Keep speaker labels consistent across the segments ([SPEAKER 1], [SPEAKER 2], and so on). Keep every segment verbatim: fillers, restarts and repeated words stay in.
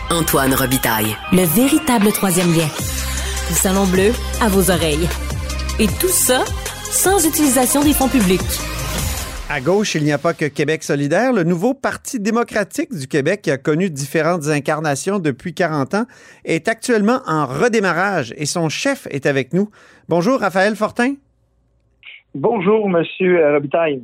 [SPEAKER 1] Antoine Robitaille.
[SPEAKER 2] Le véritable troisième lien. Le Salon Bleu à vos oreilles. Et tout ça sans utilisation des fonds publics.
[SPEAKER 3] À gauche, il n'y a pas que Québec solidaire. Le nouveau Parti démocratique du Québec, qui a connu différentes incarnations depuis quarante ans, est actuellement en redémarrage et son chef est avec nous. Bonjour, Raphaël Fortin.
[SPEAKER 4] Bonjour, Monsieur Robitaille.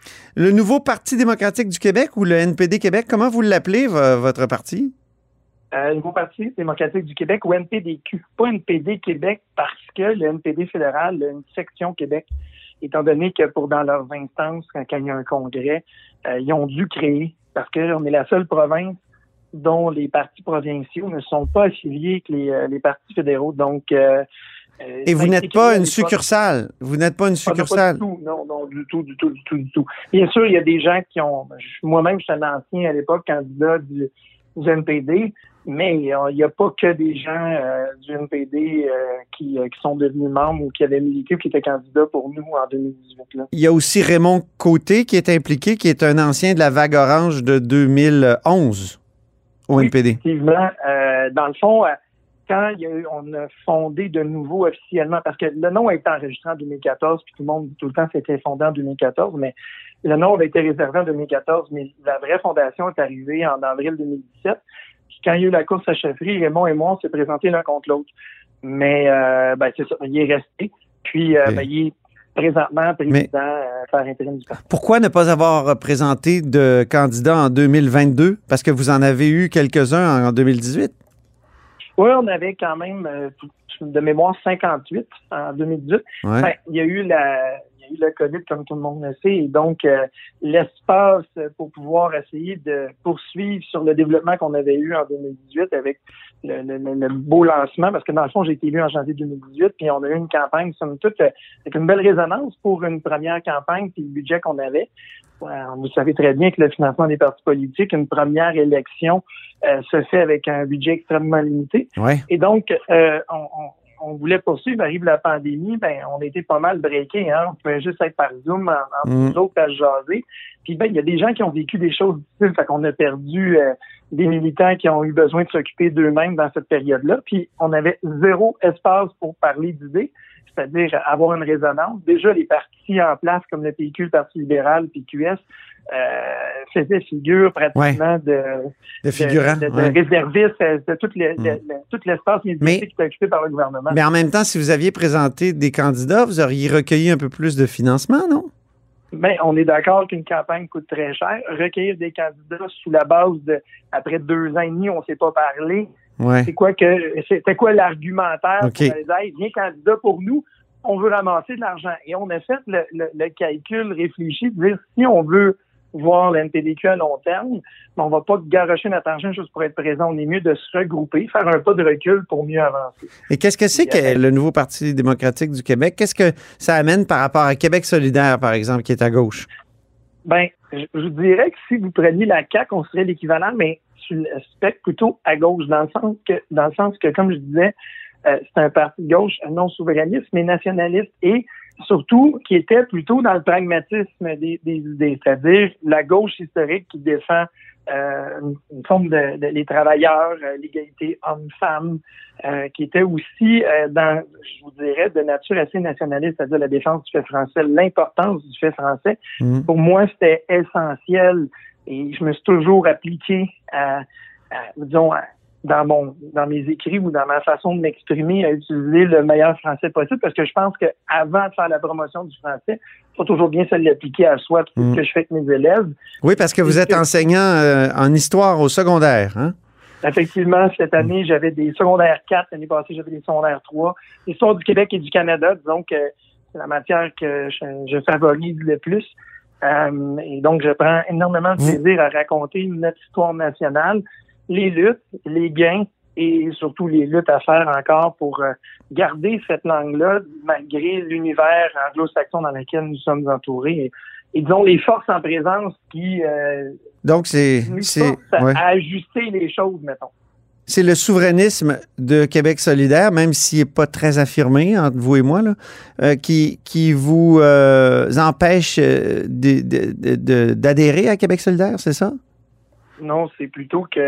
[SPEAKER 3] Le nouveau Parti démocratique du Québec ou le N P D Québec, comment vous l'appelez, v- votre parti?
[SPEAKER 4] Euh, le nouveau Parti démocratique du Québec ou N P D Q. Pas N P D Québec parce que le N P D fédéral a une section Québec. Étant donné que pour dans leurs instances, quand, quand il y a un congrès, euh, ils ont dû créer, parce qu'on est la seule province dont les partis provinciaux ne sont pas affiliés que les, euh, les partis fédéraux. Donc, euh,
[SPEAKER 3] Et vous n'êtes pas une succursale. Vous n'êtes pas une succursale.
[SPEAKER 4] Ah, non, pas du tout. Non, non, du tout, du tout, du tout, du tout. Bien sûr, il y a des gens qui ont... Moi-même, je suis un ancien à l'époque candidat du, du N P D, mais il n'y a pas que des gens euh, du N P D euh, qui, euh, qui sont devenus membres ou qui avaient milité ou qui étaient candidats pour nous en deux mille dix-huit. Là.
[SPEAKER 3] Il y a aussi Raymond Côté qui est impliqué, qui est un ancien de la vague orange de deux mille onze au
[SPEAKER 4] Oui,
[SPEAKER 3] N P D.
[SPEAKER 4] Effectivement. Euh, dans le fond, euh, quand il y a eu, on a fondé de nouveau officiellement, parce que le nom a été enregistré en deux mille quatorze, puis tout le monde dit tout le temps que c'était fondé en deux mille quatorze, mais le nom avait été réservé en deux mille quatorze, mais la vraie fondation est arrivée en avril deux mille dix-sept. Puis quand il y a eu la course à chefferie, Raymond et moi, on s'est présentés l'un contre l'autre. Mais euh, ben c'est ça, il est resté. Puis euh,
[SPEAKER 3] Okay.
[SPEAKER 4] ben, il est présentement président
[SPEAKER 3] Mais
[SPEAKER 4] euh, par intérim du parti.
[SPEAKER 3] pourquoi ne pas avoir présenté de candidat en deux mille vingt-deux? Parce que vous en avez eu quelques-uns en deux mille dix-huit.
[SPEAKER 4] Oui, on avait quand même, euh, de mémoire, cinquante-huit en deux mille dix-huit.
[SPEAKER 3] Ouais.
[SPEAKER 4] Ben, il y a eu la, il y a eu le COVID, comme tout le monde le sait, et donc euh, l'espace pour pouvoir essayer de poursuivre sur le développement qu'on avait eu en deux mille dix-huit avec le, le, le beau lancement, parce que dans le fond, j'ai été élu en janvier deux mille dix-huit, puis on a eu une campagne, somme toute, avec une belle résonance pour une première campagne, puis le budget qu'on avait. Vous savez très bien que le financement des partis politiques, une première élection euh, se fait avec un budget extrêmement limité.
[SPEAKER 3] Ouais.
[SPEAKER 4] Et donc, euh, on, on, on voulait poursuivre, arrive la pandémie, ben on était pas mal breakés, hein. On pouvait juste être par Zoom en, en
[SPEAKER 3] Mm.
[SPEAKER 4] nous autres à jaser. Puis ben, il y a des gens qui ont vécu des choses difficiles, fait qu'on a perdu euh, des militants qui ont eu besoin de s'occuper d'eux-mêmes dans cette période-là. Puis on avait zéro espace pour parler d'idées, c'est-à-dire avoir une résonance. Déjà, les partis en place, comme le P Q, le Parti libéral, P Q S, euh, faisaient figure pratiquement
[SPEAKER 3] Ouais.
[SPEAKER 4] de,
[SPEAKER 3] De figurants.
[SPEAKER 4] de, de,
[SPEAKER 3] ouais.
[SPEAKER 4] de réservistes, de tout, le,
[SPEAKER 3] Mm.
[SPEAKER 4] le, le, tout l'espace médiatique
[SPEAKER 3] Mais-
[SPEAKER 4] qui était occupé par le gouvernement.
[SPEAKER 3] Mais en même temps, si vous aviez présenté des candidats, vous auriez recueilli un peu plus de financement, non?
[SPEAKER 4] Ben, on est d'accord qu'une campagne coûte très cher. Recueillir des candidats sous la base de, après deux ans et demi, on ne s'est pas parlé.
[SPEAKER 3] Ouais.
[SPEAKER 4] C'est quoi que, c'était quoi l'argumentaire?
[SPEAKER 3] OK.
[SPEAKER 4] Pour aller dire, hey, viens candidat pour nous, on veut ramasser de l'argent. Et on a fait le, le, le calcul réfléchi de dire, si on veut voir le N P D Q à long terme, ben, on va pas garocher notre argent juste pour être présent. On est mieux de se regrouper, faire un pas de recul pour mieux avancer.
[SPEAKER 3] Et qu'est-ce que c'est que le nouveau Parti démocratique du Québec? Qu'est-ce que ça amène par rapport à Québec solidaire, par exemple, qui est à gauche?
[SPEAKER 4] Ben, je, je dirais que si vous preniez la C A Q, on serait l'équivalent, mais sur le spectre plutôt à gauche, dans le sens que, dans le sens que, comme je disais, euh, c'est un parti de gauche non souverainiste, mais nationaliste et surtout qui était plutôt dans le pragmatisme des, des idées, c'est-à-dire la gauche historique qui défend euh, une, une forme de, de les travailleurs, euh, l'égalité homme-femme, euh, qui était aussi euh, dans, je vous dirais, de nature assez nationaliste, c'est-à-dire la défense du fait français, l'importance du fait français.
[SPEAKER 3] Mmh.
[SPEAKER 4] Pour moi, c'était essentiel et je me suis toujours appliqué à, à disons, à, dans mon dans mes écrits ou dans ma façon de m'exprimer à utiliser le meilleur français possible parce que je pense que avant de faire la promotion du français, il faut toujours bien se l'appliquer à soi, tout
[SPEAKER 3] Mm.
[SPEAKER 4] ce que je fais avec mes élèves.
[SPEAKER 3] Oui, parce que vous êtes
[SPEAKER 4] que...
[SPEAKER 3] enseignant euh, en histoire au secondaire, hein?
[SPEAKER 4] Effectivement, cette année, j'avais des secondaires quatre, l'année passée, j'avais des secondaires trois. L'histoire du Québec et du Canada, disons que c'est la matière que je, je favorise le plus. Euh, et donc, je prends énormément de plaisir à raconter notre histoire nationale, les luttes, les gains et surtout les luttes à faire encore pour euh, garder cette langue-là malgré l'univers anglo-saxon dans lequel nous sommes entourés. Et, et disons, les forces en présence qui euh,
[SPEAKER 3] Donc, c'est,
[SPEAKER 4] nous
[SPEAKER 3] c'est,
[SPEAKER 4] forcent à,
[SPEAKER 3] ouais.
[SPEAKER 4] à ajuster les choses, mettons.
[SPEAKER 3] C'est le souverainisme de Québec solidaire, même s'il n'est pas très affirmé entre vous et moi, là, euh, qui, qui vous euh, empêche euh, de, de, de, d'adhérer à Québec solidaire, c'est ça?
[SPEAKER 4] Non, c'est plutôt que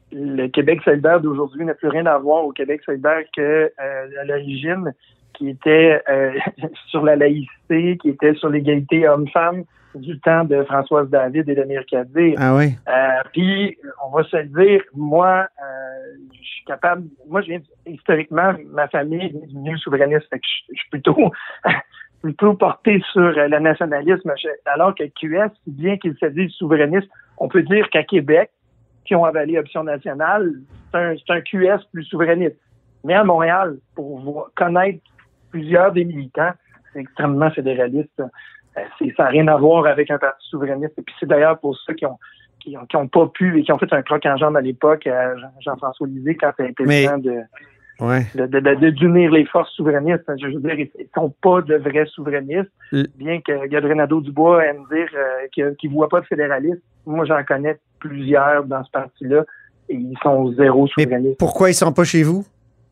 [SPEAKER 4] le Québec solidaire d'aujourd'hui n'a plus rien à voir au Québec solidaire que euh, à l'origine, qui était euh, sur la laïcité, qui était sur l'égalité homme-femme du temps de Françoise David et d'Amir Kadir.
[SPEAKER 3] Ah oui?
[SPEAKER 4] Euh, puis, on va se le dire, moi, euh, je suis capable, moi, je viens, historiquement, ma famille vient du milieu souverainiste, fait que je, je suis plutôt, plutôt porté sur le nationalisme, alors que Q S, bien qu'il se dise souverainiste, on peut dire qu'à Québec, qui ont avalé Option nationale, c'est un, c'est un Q S plus souverainiste. Mais à Montréal, pour voir, connaître plusieurs des militants, c'est extrêmement fédéraliste. C'est, ça n'a rien à voir avec un parti souverainiste. Et puis c'est d'ailleurs pour ça qu'ils ont, qu'ils ont, qu'ils ont pas pu et qui ont fait un croc en jambe à l'époque à Jean-François Lisée quand il était
[SPEAKER 3] Mais...
[SPEAKER 4] temps de,
[SPEAKER 3] ouais.
[SPEAKER 4] de, de, de, de, d'unir les forces souverainistes. Je veux dire, ils ne sont pas de vrais souverainistes, mm. bien que Gabriel Nadeau-Dubois aime dire euh, qu'il ne voit pas de fédéralisme. Moi, j'en connais plusieurs dans ce parti-là et ils sont zéro souverainistes.
[SPEAKER 3] Mais pourquoi ils ne sont pas chez vous?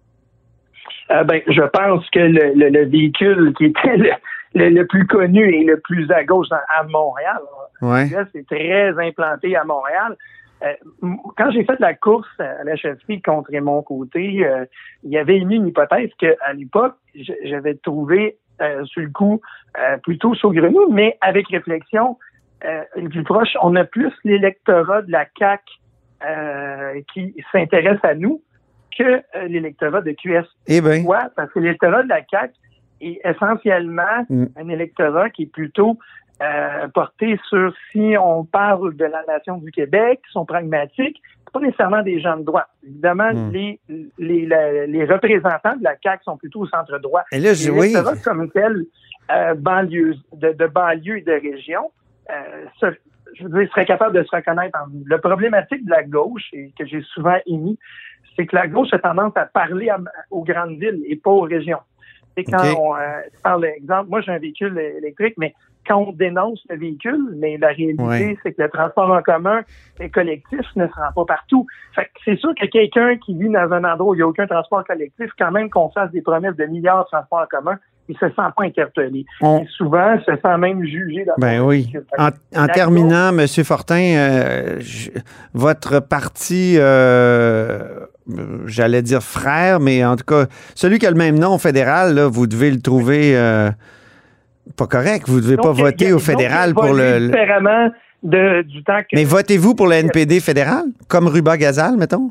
[SPEAKER 4] Euh, ben, je pense que le, le, le véhicule qui était le, le, le plus connu et le plus à gauche à Montréal,
[SPEAKER 3] ouais.
[SPEAKER 4] là, c'est très implanté à Montréal. Euh, quand j'ai fait la course à la chefferie contre Raymond Côté, euh, il y avait émis une hypothèse qu'à l'époque, j'avais trouvé euh, sur le coup euh, plutôt saugrenu, mais avec réflexion, euh, le plus proche, on a plus l'électorat de la C A Q euh, qui s'intéresse à nous que euh, l'électorat de Q S.
[SPEAKER 3] Eh bien.
[SPEAKER 4] Pourquoi? Parce que l'électorat de la C A Q est essentiellement mm. un électorat qui est plutôt euh, porté sur, si on parle de la nation du Québec, qui sont pragmatiques, c'est pas nécessairement des gens de droite. Évidemment, mm. les, les, les, les représentants de la C A Q sont plutôt au centre-droit.
[SPEAKER 3] Et là, je,
[SPEAKER 4] l'électorat
[SPEAKER 3] oui.
[SPEAKER 4] comme tel, euh, banlieue, de, de banlieue et de région, euh, se, je veux dire, serait capable de se reconnaître en nous. Le problématique de la gauche, et que j'ai souvent émis, c'est que la gauche a tendance à parler à, aux grandes villes et pas aux régions. Et quand okay. on euh, parle exemple, moi j'ai un véhicule électrique, mais quand on dénonce le véhicule, mais la réalité, ouais. c'est que le transport en commun et collectif ne se rend pas partout. Fait que c'est sûr que quelqu'un qui vit dans un endroit où il n'y a aucun transport collectif, quand même qu'on fasse des promesses de milliards de transports en commun, il se sent pas interpellé. On... Et souvent, il se sent même jugé. Dans
[SPEAKER 3] ben oui. En, en terminant, M. Fortin, euh, je, votre parti, euh, j'allais dire frère, mais en tout cas, celui qui a le même nom fédéral, là, vous devez le trouver euh, pas correct. Vous ne devez donc, pas a, voter a, au fédéral pour le...
[SPEAKER 4] différemment de, du temps que...
[SPEAKER 3] Mais votez-vous pour le N P D fédéral, comme Ruba Gazal, mettons?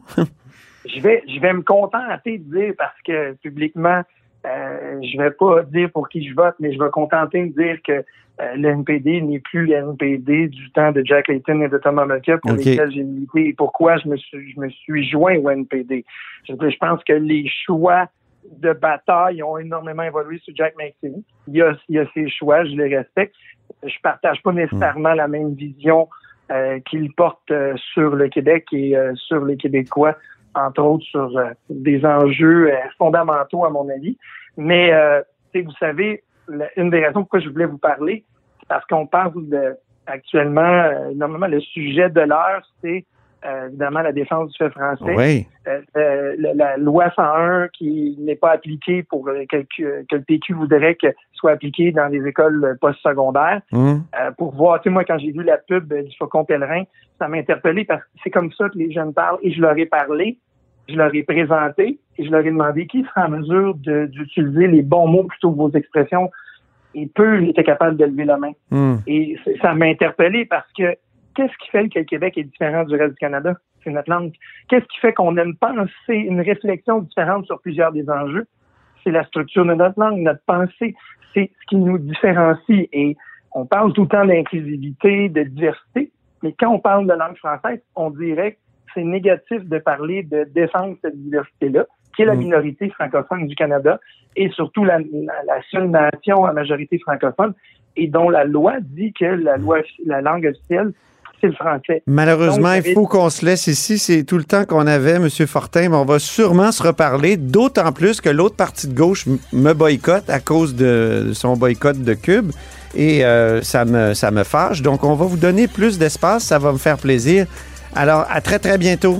[SPEAKER 4] je vais, je vais me contenter de dire, parce que publiquement, Euh, je vais pas dire pour qui je vote, mais je vais contenter de dire que euh, le N P D n'est plus le N P D du temps de Jack Layton et de Thomas Mulcair pour okay. lesquels j'ai milité et pourquoi je me suis je me suis joint au N P D. Je, je pense que les choix de bataille ont énormément évolué sur Jack McKinney. Il y a, il y a ses choix, je les respecte. Je partage pas nécessairement mmh. la même vision euh, qu'il porte euh, sur le Québec et euh, sur les Québécois, entre autres sur euh, des enjeux euh, fondamentaux, à mon avis. Mais, euh, vous savez, la, une des raisons pourquoi je voulais vous parler, c'est parce qu'on parle de, actuellement, euh, normalement, le sujet de l'heure, c'est euh, évidemment la défense du fait français.
[SPEAKER 3] Oui.
[SPEAKER 4] Euh, euh, la, la loi cent un qui n'est pas appliquée pour euh, que, que le P Q voudrait que soit appliquée dans les écoles postsecondaires. Mmh. Euh, pour voir, tu sais, moi, quand j'ai vu la pub du Faucon Pèlerin, ça m'a interpellé parce que c'est comme ça que les jeunes parlent et je leur ai parlé. Je leur ai présenté et je leur ai demandé qui sera en mesure de, d'utiliser les bons mots plutôt que vos expressions. Et peu étaient capables de lever la main. Mm. Et ça m'a interpellé parce que qu'est-ce qui fait que le Québec est différent du reste du Canada? C'est notre langue. Qu'est-ce qui fait qu'on a une pensée, une réflexion différente sur plusieurs des enjeux? C'est la structure de notre langue, notre pensée. C'est ce qui nous différencie. Et on parle tout le temps d'inclusivité, de diversité, mais quand on parle de langue française, on dirait que c'est négatif de parler de défense de cette diversité-là, qui est la minorité francophone du Canada, et surtout la, la, la seule nation à majorité francophone, et dont la loi dit que la loi, la langue officielle, c'est le français.
[SPEAKER 3] Malheureusement,
[SPEAKER 4] Donc,
[SPEAKER 3] il faut qu'on se laisse ici. C'est tout le temps qu'on avait, M. Fortin, mais on va sûrement se reparler, d'autant plus que l'autre partie de gauche me boycotte à cause de son boycott de Cube, et euh, ça me, ça me fâche. Donc, on va vous donner plus d'espace, ça va me faire plaisir. Alors, à très, très bientôt.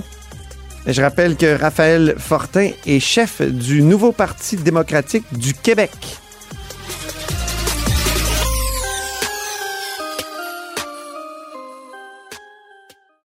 [SPEAKER 3] Je rappelle que Raphaël Fortin est chef du nouveau Parti démocratique du Québec.